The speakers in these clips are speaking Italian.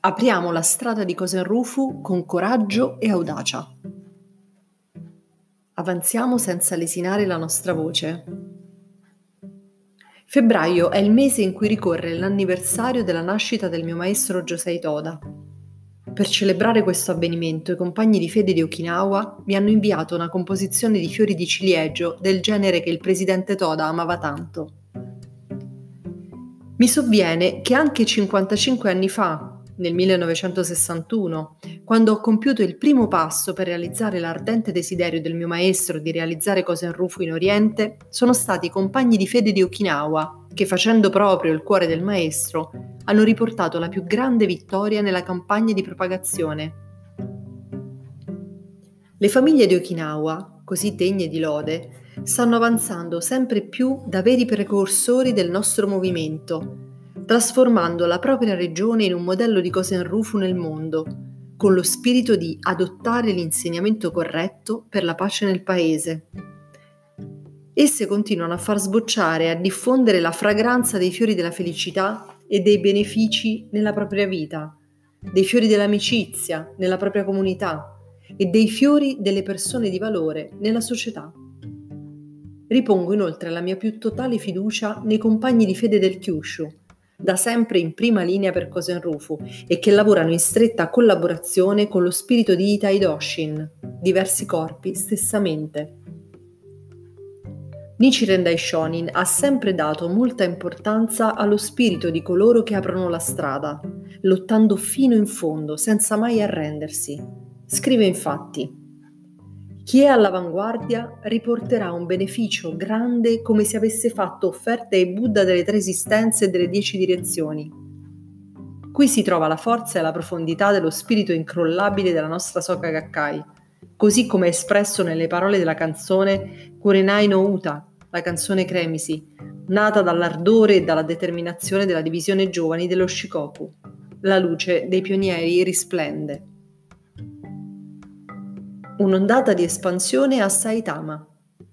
Apriamo la strada di Cosenrufu con coraggio e audacia. Avanziamo senza lesinare la nostra voce. Febbraio è il mese in cui ricorre l'anniversario della nascita del mio maestro Josei Toda. Per celebrare questo avvenimento, i compagni di fede di Okinawa mi hanno inviato una composizione di fiori di ciliegio del genere che il presidente Toda amava tanto. Mi sovviene che anche 55 anni fa, nel 1961, quando ho compiuto il primo passo per realizzare l'ardente desiderio del mio maestro di realizzare Cosenrufu in Oriente, sono stati i compagni di fede di Okinawa che, facendo proprio il cuore del maestro, hanno riportato la più grande vittoria nella campagna di propagazione. Le famiglie di Okinawa, così degne di lode, stanno avanzando sempre più da veri precursori del nostro movimento, trasformando la propria regione in un modello di Cosenrufu nel mondo, con lo spirito di adottare l'insegnamento corretto per la pace nel paese. Esse continuano a far sbocciare e a diffondere la fragranza dei fiori della felicità e dei benefici nella propria vita, dei fiori dell'amicizia nella propria comunità e dei fiori delle persone di valore nella società. Ripongo inoltre la mia più totale fiducia nei compagni di fede del Kyushu, da sempre in prima linea per Cosenrufu e che lavorano in stretta collaborazione con lo spirito di Itai Doshin, diversi corpi stessamente. Nichiren Daishonin ha sempre dato molta importanza allo spirito di coloro che aprono la strada, lottando fino in fondo, senza mai arrendersi. Scrive infatti: chi è all'avanguardia riporterà un beneficio grande come se avesse fatto offerte ai Buddha delle 3 esistenze e delle 10 direzioni. Qui si trova la forza e la profondità dello spirito incrollabile della nostra Soka Gakkai, così come espresso nelle parole della canzone Kurenai no Uta, la canzone Kremisi, nata dall'ardore e dalla determinazione della divisione giovani dello Shikoku. La luce dei pionieri risplende. Un'ondata di espansione a Saitama.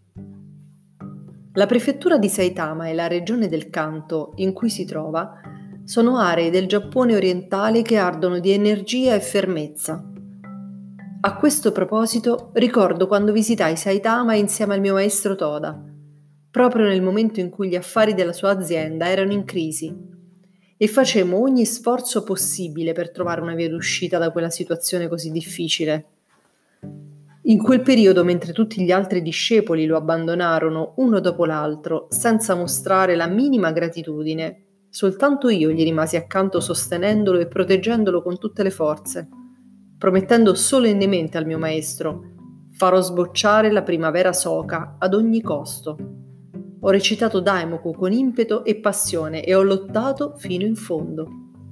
La prefettura di Saitama e la regione del Kanto in cui si trova sono aree del Giappone orientale che ardono di energia e fermezza. A questo proposito ricordo quando visitai Saitama insieme al mio maestro Toda, proprio nel momento in cui gli affari della sua azienda erano in crisi, e facemmo ogni sforzo possibile per trovare una via d'uscita da quella situazione così difficile. In quel periodo, mentre tutti gli altri discepoli lo abbandonarono uno dopo l'altro, senza mostrare la minima gratitudine, soltanto io gli rimasi accanto sostenendolo e proteggendolo con tutte le forze, promettendo solennemente al mio maestro: farò sbocciare la primavera Soka ad ogni costo. Ho recitato Daimoku con impeto e passione e ho lottato fino in fondo.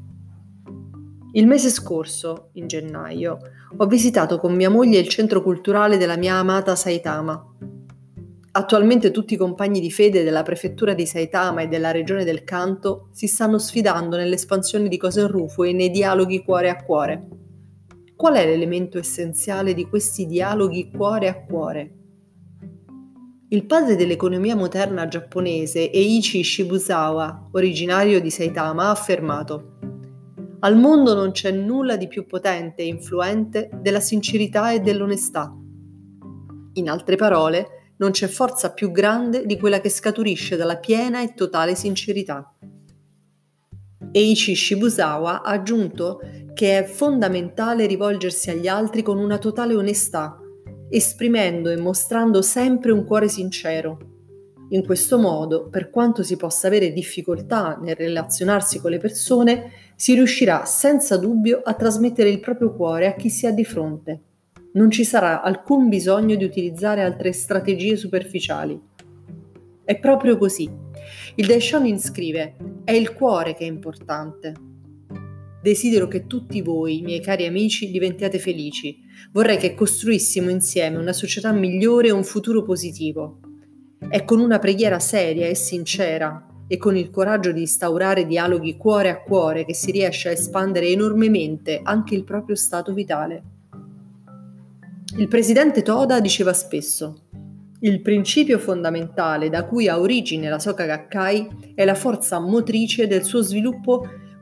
Il mese scorso, in gennaio, ho visitato con mia moglie il centro culturale della mia amata Saitama. Attualmente tutti i compagni di fede della prefettura di Saitama e della regione del Kanto si stanno sfidando nell'espansione di Cosenrufu e nei dialoghi cuore a cuore. Qual è l'elemento essenziale di questi dialoghi cuore a cuore? Il padre dell'economia moderna giapponese, Eiichi Shibusawa, originario di Saitama, ha affermato: al mondo non c'è nulla di più potente e influente della sincerità e dell'onestà. In altre parole, non c'è forza più grande di quella che scaturisce dalla piena e totale sincerità. Eiichi Shibusawa ha aggiunto che è fondamentale rivolgersi agli altri con una totale onestà, esprimendo e mostrando sempre un cuore sincero. In questo modo, per quanto si possa avere difficoltà nel relazionarsi con le persone, si riuscirà senza dubbio a trasmettere il proprio cuore a chi si ha di fronte. Non ci sarà alcun bisogno di utilizzare altre strategie superficiali. È proprio così. Il Daishonin scrive: è il cuore che è importante. Desidero che tutti voi, miei cari amici, diventiate felici. Vorrei che costruissimo insieme una società migliore e un futuro positivo. È con una preghiera seria e sincera e con il coraggio di instaurare dialoghi cuore a cuore che si riesce a espandere enormemente anche il proprio stato vitale. Il presidente Toda diceva spesso: il principio fondamentale da cui ha origine la Soka Gakkai è la forza motrice del suo sviluppo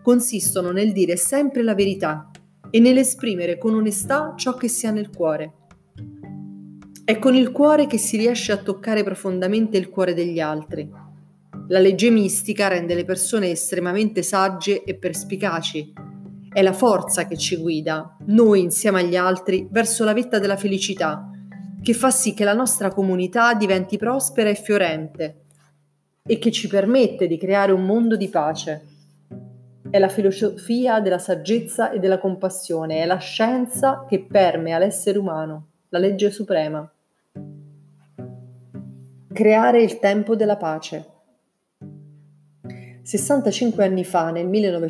consistono nel dire sempre la verità e nell'esprimere con onestà ciò che si ha nel cuore. È con il cuore che si riesce a toccare profondamente il cuore degli altri. La legge mistica rende le persone estremamente sagge e perspicaci. È la forza che ci guida, noi insieme agli altri, verso la vetta della felicità, che fa sì che la nostra comunità diventi prospera e fiorente e che ci permette di creare un mondo di pace. È la filosofia della saggezza e della compassione, è la scienza che permea l'essere umano, la legge suprema. Creare il tempo della pace. 65 anni fa, nel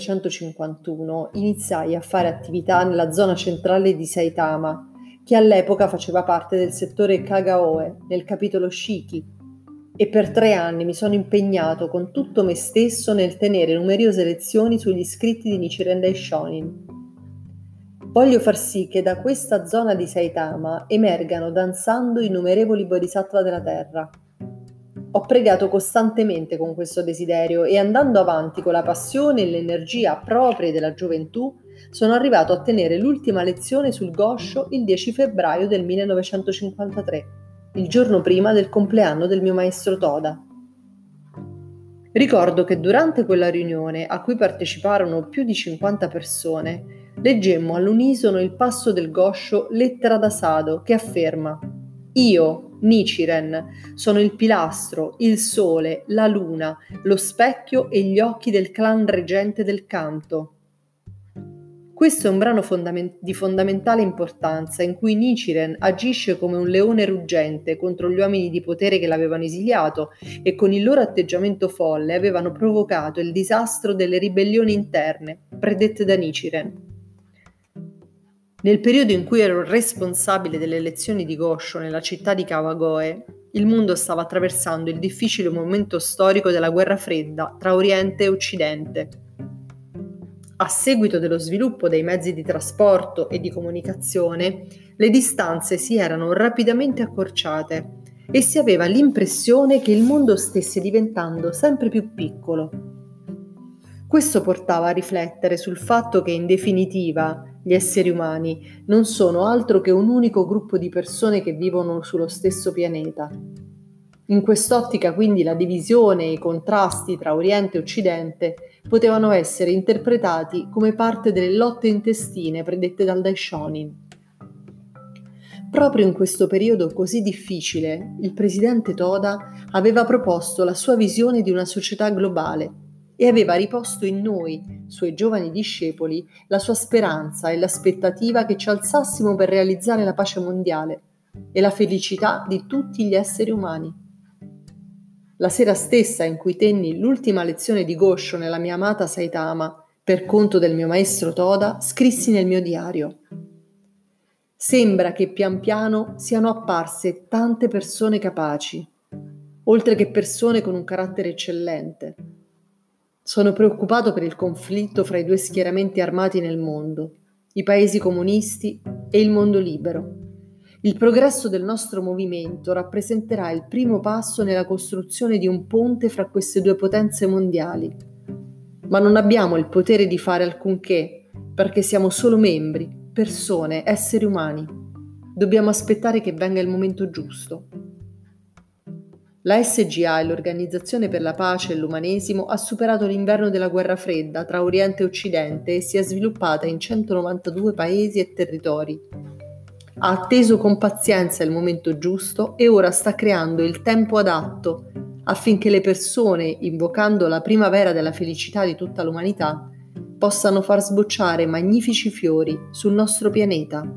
1951, iniziai a fare attività nella zona centrale di Saitama, che all'epoca faceva parte del settore Kagaoe, nel capitolo Shiki, e per 3 anni mi sono impegnato con tutto me stesso nel tenere numerose lezioni sugli scritti di Nichiren Daishonin. Voglio far sì che da questa zona di Saitama emergano danzando innumerevoli bodhisattva della terra. Ho pregato costantemente con questo desiderio e andando avanti con la passione e l'energia proprie della gioventù, sono arrivato a tenere l'ultima lezione sul Gosho il 10 febbraio del 1953, il giorno prima del compleanno del mio maestro Toda. Ricordo che durante quella riunione, a cui parteciparono più di 50 persone, leggemmo all'unisono il passo del Gosho Lettera da Sado che afferma: Io, Nichiren, sono il pilastro, il sole, la luna, lo specchio e gli occhi del clan reggente del canto. Questo è un brano di fondamentale importanza in cui Nichiren agisce come un leone ruggente contro gli uomini di potere che l'avevano esiliato e con il loro atteggiamento folle avevano provocato il disastro delle ribellioni interne predette da Nichiren. Nel periodo in cui ero responsabile delle lezioni di Gosho nella città di Kawagoe, il mondo stava attraversando il difficile momento storico della guerra fredda tra Oriente e Occidente. A seguito dello sviluppo dei mezzi di trasporto e di comunicazione, le distanze si erano rapidamente accorciate e si aveva l'impressione che il mondo stesse diventando sempre più piccolo. Questo portava a riflettere sul fatto che, in definitiva, gli esseri umani non sono altro che un unico gruppo di persone che vivono sullo stesso pianeta. In quest'ottica, quindi, la divisione e i contrasti tra Oriente e Occidente potevano essere interpretati come parte delle lotte intestine predette dal Daishonin. Proprio in questo periodo così difficile, il presidente Toda aveva proposto la sua visione di una società globale e aveva riposto in noi, suoi giovani discepoli, la sua speranza e l'aspettativa che ci alzassimo per realizzare la pace mondiale e la felicità di tutti gli esseri umani. La sera stessa in cui tenni l'ultima lezione di Gosho nella mia amata Saitama, per conto del mio maestro Toda, scrissi nel mio diario: Sembra che pian piano siano apparse tante persone capaci, oltre che persone con un carattere eccellente. Sono preoccupato per il conflitto fra i due schieramenti armati nel mondo, i paesi comunisti e il mondo libero. Il progresso del nostro movimento rappresenterà il primo passo nella costruzione di un ponte fra queste due potenze mondiali. Ma non abbiamo il potere di fare alcunché, perché siamo solo membri, persone, esseri umani. Dobbiamo aspettare che venga il momento giusto. La SGA, l'Organizzazione per la Pace e l'Umanesimo, ha superato l'inverno della guerra fredda tra Oriente e Occidente e si è sviluppata in 192 paesi e territori. Ha atteso con pazienza il momento giusto e ora sta creando il tempo adatto affinché le persone, invocando la primavera della felicità di tutta l'umanità, possano far sbocciare magnifici fiori sul nostro pianeta.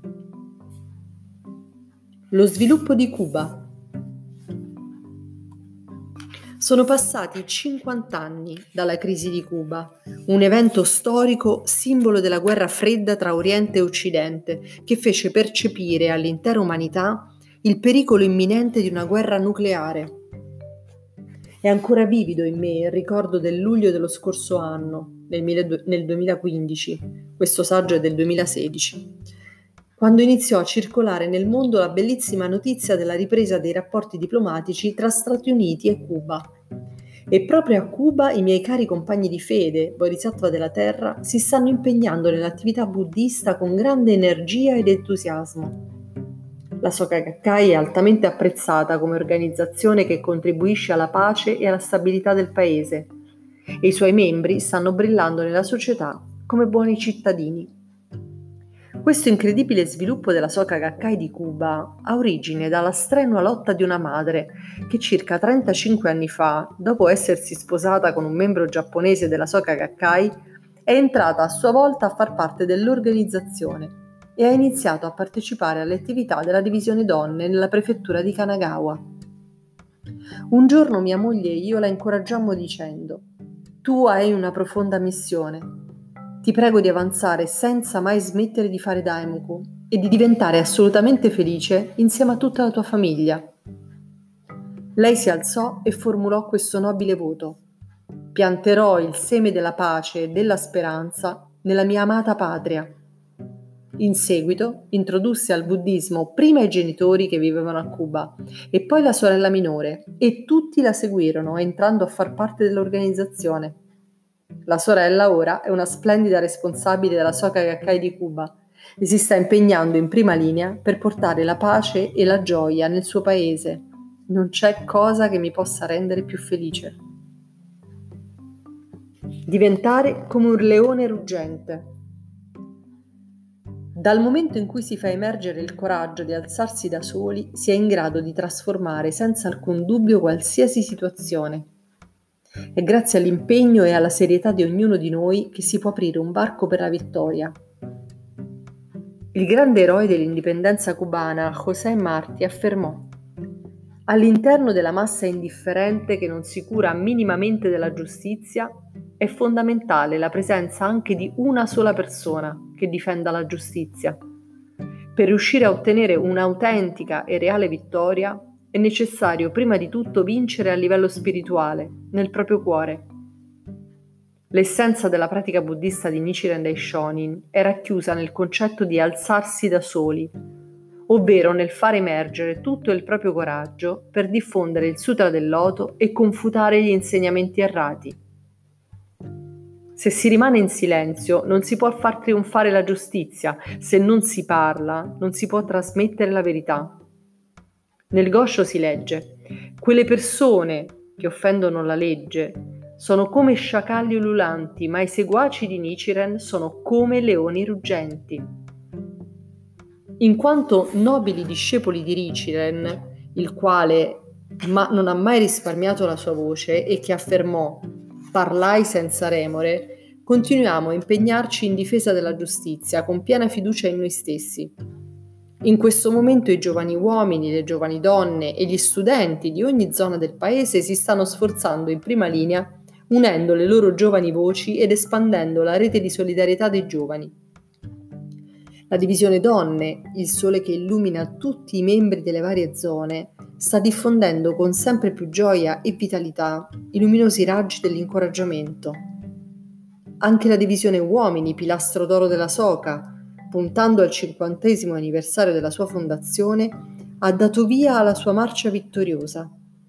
Lo sviluppo di Cuba. Sono passati 50 anni dalla crisi di Cuba, un evento storico simbolo della guerra fredda tra Oriente e Occidente, che fece percepire all'intera umanità il pericolo imminente di una guerra nucleare. È ancora vivido in me il ricordo del luglio dello scorso anno, nel 2015, questo saggio è del 2016, quando iniziò a circolare nel mondo la bellissima notizia della ripresa dei rapporti diplomatici tra Stati Uniti e Cuba. E proprio a Cuba i miei cari compagni di fede, Bodhisattva della Terra, si stanno impegnando nell'attività buddista con grande energia ed entusiasmo. La Soka Gakkai è altamente apprezzata come organizzazione che contribuisce alla pace e alla stabilità del paese e i suoi membri stanno brillando nella società come buoni cittadini. Questo incredibile sviluppo della Soka Gakkai di Cuba ha origine dalla strenua lotta di una madre che circa 35 anni fa, dopo essersi sposata con un membro giapponese della Soka Gakkai, è entrata a sua volta a far parte dell'organizzazione e ha iniziato a partecipare alle attività della divisione donne nella prefettura di Kanagawa. Un giorno mia moglie e io la incoraggiammo dicendo: «Tu hai una profonda missione. Ti prego di avanzare senza mai smettere di fare Daimoku e di diventare assolutamente felice insieme a tutta la tua famiglia». Lei si alzò e formulò questo nobile voto: «Pianterò il seme della pace e della speranza nella mia amata patria». In seguito introdusse al buddismo prima i genitori che vivevano a Cuba e poi la sorella minore, e tutti la seguirono entrando a far parte dell'organizzazione. La sorella ora è una splendida responsabile della Soka Gakkai di Cuba e si sta impegnando in prima linea per portare la pace e la gioia nel suo paese. Non c'è cosa che mi possa rendere più felice. Diventare come un leone ruggente. Dal momento in cui si fa emergere il coraggio di alzarsi da soli, si è in grado di trasformare senza alcun dubbio qualsiasi situazione. È grazie all'impegno e alla serietà di ognuno di noi che si può aprire un varco per la vittoria. Il grande eroe dell'indipendenza cubana, José Martí, affermò: «All'interno della massa indifferente che non si cura minimamente della giustizia, è fondamentale la presenza anche di una sola persona che difenda la giustizia. Per riuscire a ottenere un'autentica e reale vittoria è necessario prima di tutto vincere a livello spirituale, nel proprio cuore». L'essenza della pratica buddista di Nichiren Daishonin è racchiusa nel concetto di alzarsi da soli, ovvero nel far emergere tutto il proprio coraggio per diffondere il Sutra del Loto e confutare gli insegnamenti errati. Se si rimane in silenzio, non si può far trionfare la giustizia; se non si parla, non si può trasmettere la verità. Nel Gosho si legge: «Quelle persone che offendono la legge sono come sciacalli ululanti, ma i seguaci di Nichiren sono come leoni ruggenti». In quanto nobili discepoli di Nichiren, il quale non ha mai risparmiato la sua voce e che affermò: «Parlai senza remore», continuiamo a impegnarci in difesa della giustizia con piena fiducia in noi stessi. In questo momento i giovani uomini, le giovani donne e gli studenti di ogni zona del paese si stanno sforzando in prima linea, unendo le loro giovani voci ed espandendo la rete di solidarietà dei giovani. La divisione donne, il sole che illumina tutti i membri delle varie zone, sta diffondendo con sempre più gioia e vitalità i luminosi raggi dell'incoraggiamento. Anche la divisione uomini, pilastro d'oro della Soka, puntando al 50° anniversario della sua fondazione, ha dato via alla sua marcia vittoriosa.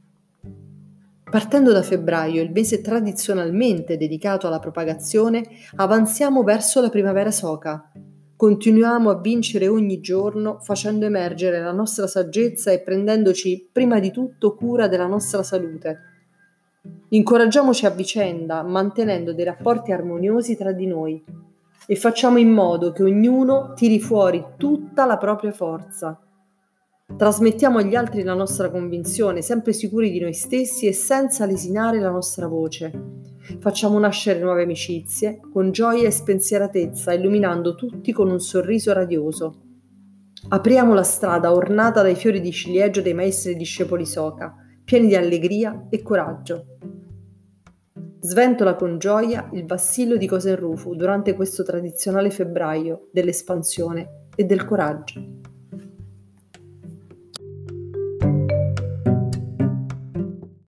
Partendo da febbraio, il mese tradizionalmente dedicato alla propagazione, avanziamo verso la primavera Soka. Continuiamo a vincere ogni giorno, facendo emergere la nostra saggezza e prendendoci prima di tutto cura della nostra salute. Incoraggiamoci a vicenda, mantenendo dei rapporti armoniosi tra di noi, e facciamo in modo che ognuno tiri fuori tutta la propria forza. Trasmettiamo agli altri la nostra convinzione, sempre sicuri di noi stessi e senza lesinare la nostra voce. Facciamo nascere nuove amicizie, con gioia e spensieratezza, illuminando tutti con un sorriso radioso. Apriamo la strada ornata dai fiori di ciliegio dei maestri e discepoli Soka, pieni di allegria e coraggio. Sventola con gioia il vassillo di Kosen Rufu durante questo tradizionale febbraio dell'espansione e del coraggio.